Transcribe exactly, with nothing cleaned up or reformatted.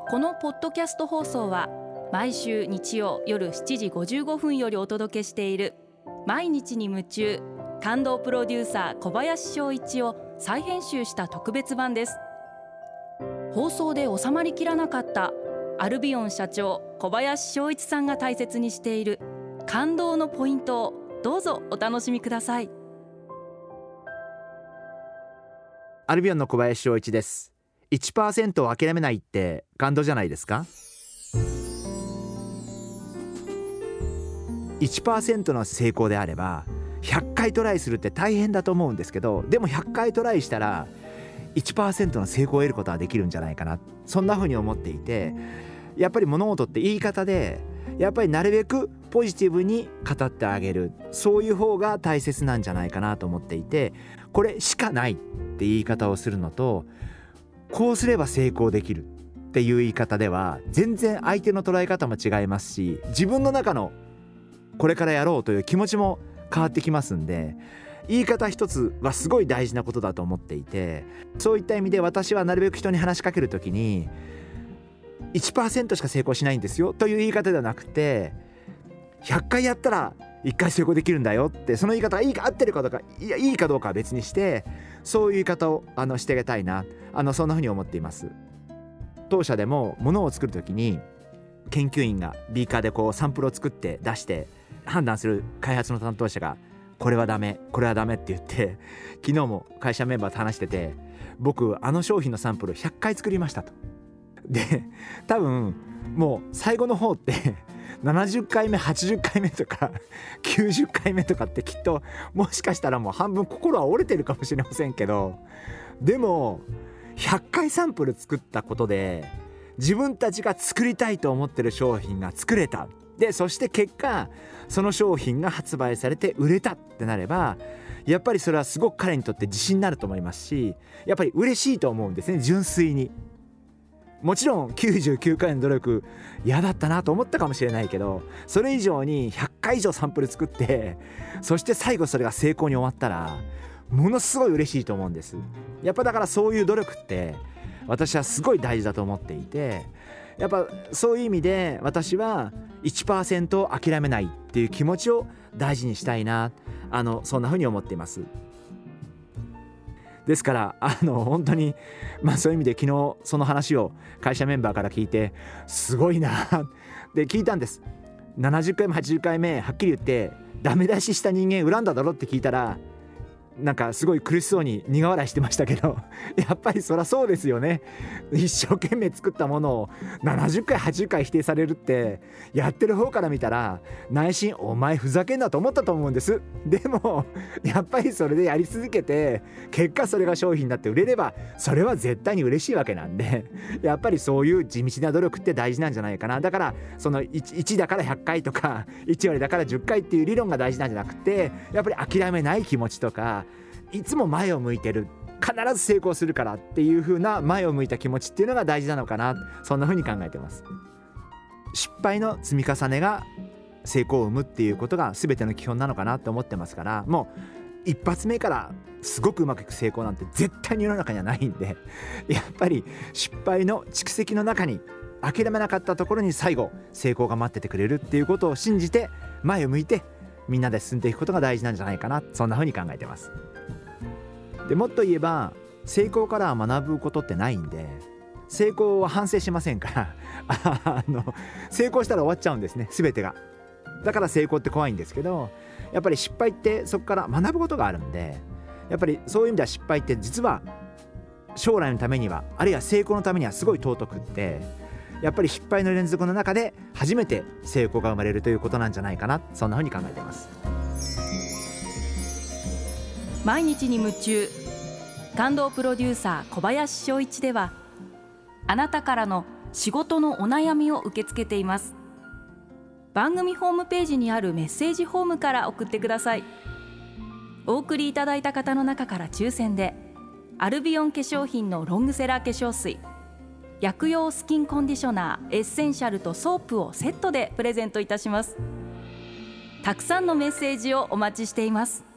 このポッドキャスト放送は毎週日曜夜しちじごじゅうごふんよりお届けしている毎日に夢中感動プロデューサー小林翔一を再編集した特別版です。放送で収まりきらなかったアルビオン社長小林翔一さんが大切にしている感動のポイントをどうぞお楽しみください。 アルビオンの小林翔一です。 いちパーセント を諦めないって感動じゃないですか。 いちパーセント の成功であればひゃっかいトライするって大変だと思うんですけど、でもひゃっかいトライしたら いちパーセント の成功を得ることはできるんじゃないかな、そんな風に思っていて、やっぱり物事って言い方でやっぱりなるべくポジティブに語ってあげる、そういう方が大切なんじゃないかなと思っていて、これしかないって言い方をするのと、こうすれば成功できるっていう言い方では全然相手の捉え方も違いますし、自分の中のこれからやろうという気持ちも変わってきますんで、言い方一つはすごい大事なことだと思っていて、そういった意味で私はなるべく人に話しかけるときに いちパーセント しか成功しないんですよという言い方ではなくて、ひゃっかいやったらいっかい成功できるんだよって、その言い方がいいか合ってるかどうか、いやいいかどうかは別にして、そういう言い方をあのしてあげたいな、あのそんなふうに思っています。当社でも物を作るときに研究員がビーカーでこうサンプルを作って出して判断する開発の担当者がこれはダメこれはダメって言って、昨日も会社メンバーと話してて、僕あの商品のサンプルひゃっかい作りましたと。で多分もう最後の方ってななじゅっかいめはちじゅっかいめとかきゅうじゅっかいめとかってきっともしかしたらもう半分心は折れてるかもしれませんけど、でもひゃっかいサンプル作ったことで自分たちが作りたいと思ってる商品が作れた。でそして結果その商品が発売されて売れたってなれば、やっぱりそれはすごく彼にとって自信になると思いますし、やっぱり嬉しいと思うんですね、純粋に。もちろんきゅうじゅうきゅうかいの努力嫌だったなと思ったかもしれないけど、それ以上にひゃっかい以上サンプル作って、そして最後それが成功に終わったらものすごい嬉しいと思うんです。やっぱだからそういう努力って私はすごい大事だと思っていて、やっぱそういう意味で私は いちパーセント を諦めないっていう気持ちを大事にしたいな、あのそんな風に思っています。ですからあの本当に、まあ、そういう意味で昨日その話を会社メンバーから聞いてすごいなで聞いたんです。ななじゅっかいめはちじゅっかいめはっきり言ってダメ出しした人間恨んだだろって聞いたら、なんかすごい苦しそうに苦笑いしてましたけどやっぱりそりゃそうですよね。一生懸命作ったものをななじゅっかいはちじゅっかい否定されるって、やってる方から見たら内心お前ふざけんなと思ったと思うんです。でもやっぱりそれでやり続けて結果それが商品になって売れればそれは絶対に嬉しいわけなんで、やっぱりそういう地道な努力って大事なんじゃないかな。だからその 1, いちだからひゃっかいとかいち割だからじゅっかいっていう理論が大事なんじゃなくて、やっぱり諦めない気持ちとか、いつも前を向いてる、必ず成功するからっていう風な前を向いた気持ちっていうのが大事なのかな、そんな風に考えてます。失敗の積み重ねが成功を生むっていうことが全ての基本なのかなと思ってますから、もう一発目からすごくうまくいく成功なんて絶対に世の中にはないんで、やっぱり失敗の蓄積の中に諦めなかったところに最後成功が待っててくれるっていうことを信じて前を向いてみんなで進んでいくことが大事なんじゃないかな、そんな風に考えてます。でもっと言えば成功からは学ぶことってないんで、成功は反省しませんからあの成功したら終わっちゃうんですね、全てが。だから成功って怖いんですけど、やっぱり失敗ってそこから学ぶことがあるんで、やっぱりそういう意味では失敗って実は将来のためには、あるいは成功のためにはすごい尊くって、やっぱり失敗の連続の中で初めて成功が生まれるということなんじゃないかな、そんな風に考えています。 毎日に夢中感動プロデューサー小林翔一では、あなたからの仕事のお悩みを受け付けています。番組ホームページにあるメッセージフォームから送ってください。お送りいただいた方の中から抽選でアルビオン化粧品のロングセラー化粧水、薬用スキンコンディショナーエッセンシャルとソープをセットでプレゼントいたします。たくさんのメッセージをお待ちしています。